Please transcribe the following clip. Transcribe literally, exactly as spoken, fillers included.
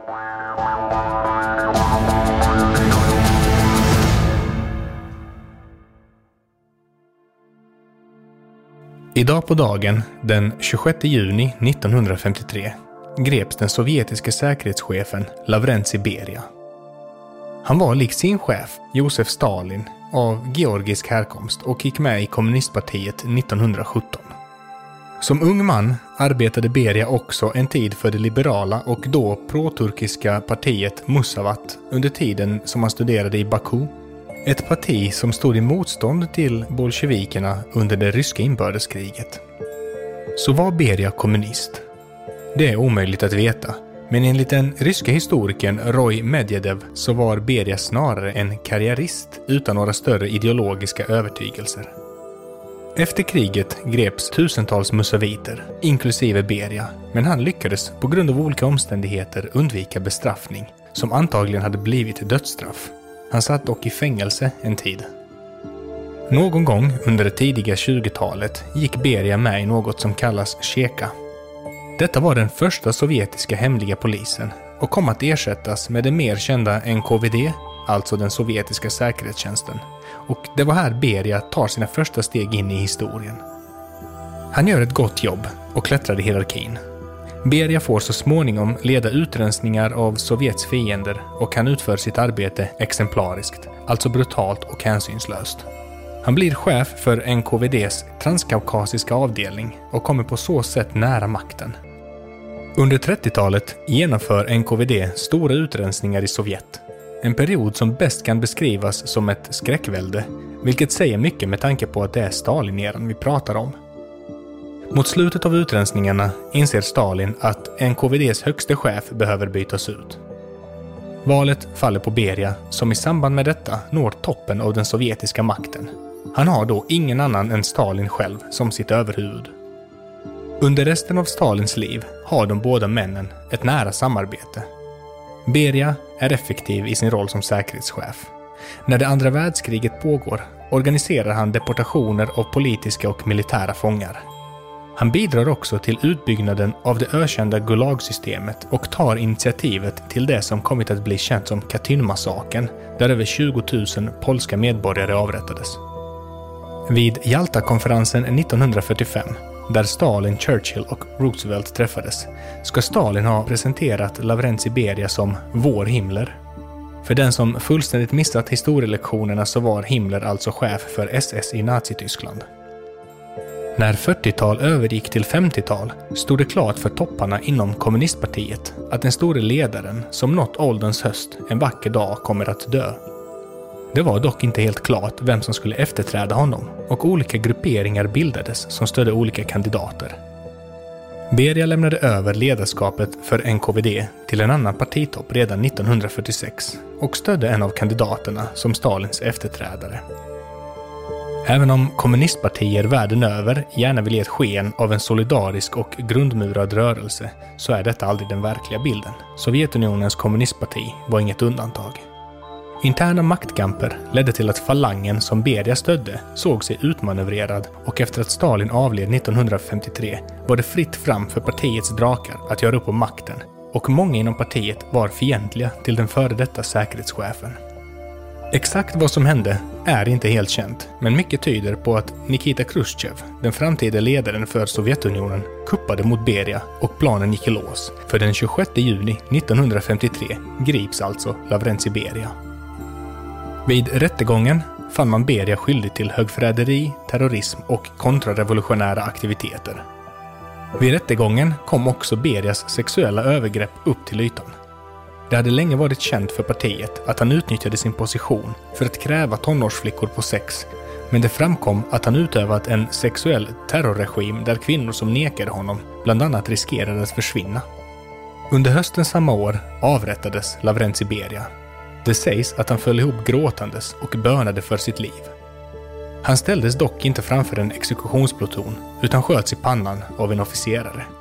Idag på dagen, den tjugosjätte juni nittonhundrafemtiotre, greps den sovjetiska säkerhetschefen Lavrentij Beria. Han var lik sin chef, Josef Stalin, av georgisk härkomst och gick med i kommunistpartiet nittonhundrasjutton. Som ung man arbetade Beria också en tid för det liberala och då pro-turkiska partiet Musavat under tiden som han studerade i Baku. Ett parti som stod i motstånd till bolsjevikerna under det ryska inbördeskriget. Så var Beria kommunist? Det är omöjligt att veta, men enligt den ryska historikern Roy Medvedev så var Beria snarare en karriärist utan några större ideologiska övertygelser. Efter kriget greps tusentals musaviter, inklusive Beria, men han lyckades på grund av olika omständigheter undvika bestraffning, som antagligen hade blivit dödsstraff. Han satt dock i fängelse en tid. Någon gång under det tidiga tjugotalet gick Beria med i något som kallas Cheka. Detta var den första sovjetiska hemliga polisen och kom att ersättas med det mer kända N K V D, alltså den sovjetiska säkerhetstjänsten. Och det var här Beria tar sina första steg in i historien. Han gör ett gott jobb och klättrar i hierarkin. Beria får så småningom leda utrensningar av Sovjets fiender och han utför sitt arbete exemplariskt, alltså brutalt och hänsynslöst. Han blir chef för N K V D:s transkaukasiska avdelning och kommer på så sätt nära makten. Under trettiotalet genomför N K V D stora utrensningar i Sovjet. En period som bäst kan beskrivas som ett skräckvälde, vilket säger mycket med tanke på att det är Stalin-eran vi pratar om. Mot slutet av utrensningarna inser Stalin att N K V D:s högste chef behöver bytas ut. Valet faller på Beria, som i samband med detta når toppen av den sovjetiska makten. Han har då ingen annan än Stalin själv som sitt överhuvud. Under resten av Stalins liv har de båda männen ett nära samarbete. Beria är effektiv i sin roll som säkerhetschef. När det andra världskriget pågår organiserar han deportationer av politiska och militära fångar. Han bidrar också till utbyggnaden av det ökända Gulag-systemet och tar initiativet till det som kommit att bli känt som Katyn-massakern, där över tjugo tusen polska medborgare avrättades. Vid Jalta-konferensen nittonhundrafyrtiofem, där Stalin, Churchill och Roosevelt träffades, ska Stalin ha presenterat Lavrentij Beria som vår Himmler. För den som fullständigt missat historielektionerna så var Himmler alltså chef för S S i Nazityskland. När fyrtiotal övergick till femtiotal stod det klart för topparna inom kommunistpartiet att den store ledaren som nått ålderns höst en vacker dag kommer att dö. Det var dock inte helt klart vem som skulle efterträda honom och olika grupperingar bildades som stödde olika kandidater. Beria lämnade över ledarskapet för N K V D till en annan partitopp redan nittonhundrafyrtiosex och stödde en av kandidaterna som Stalins efterträdare. Även om kommunistpartier världen över gärna vill ge ett sken av en solidarisk och grundmurad rörelse så är detta aldrig den verkliga bilden. Sovjetunionens kommunistparti var inget undantag. Interna maktkamper ledde till att falangen som Beria stödde såg sig utmanövrerad och efter att Stalin avled nittonhundrafemtiotre var det fritt fram för partiets drakar att göra upp om makten och många inom partiet var fientliga till den före detta säkerhetschefen. Exakt vad som hände är inte helt känt, men mycket tyder på att Nikita Khrushchev, den framtida ledaren för Sovjetunionen, kuppade mot Beria och planen gick i lås. För den tjugosjätte juni nittonhundrafemtiotre grips alltså Lavrentij Beria. Vid rättegången fann man Beria skyldig till högförräderi, terrorism och kontrarevolutionära aktiviteter. Vid rättegången kom också Berias sexuella övergrepp upp till ytan. Det hade länge varit känt för partiet att han utnyttjade sin position för att kräva tonårsflickor på sex, men det framkom att han utövat en sexuell terrorregim där kvinnor som nekade honom bland annat riskerade att försvinna. Under hösten samma år avrättades Lavrentij Beria. Det sägs att han föll ihop gråtandes och bönade för sitt liv. Han ställdes dock inte framför en exekutionspluton utan sköts i pannan av en officerare.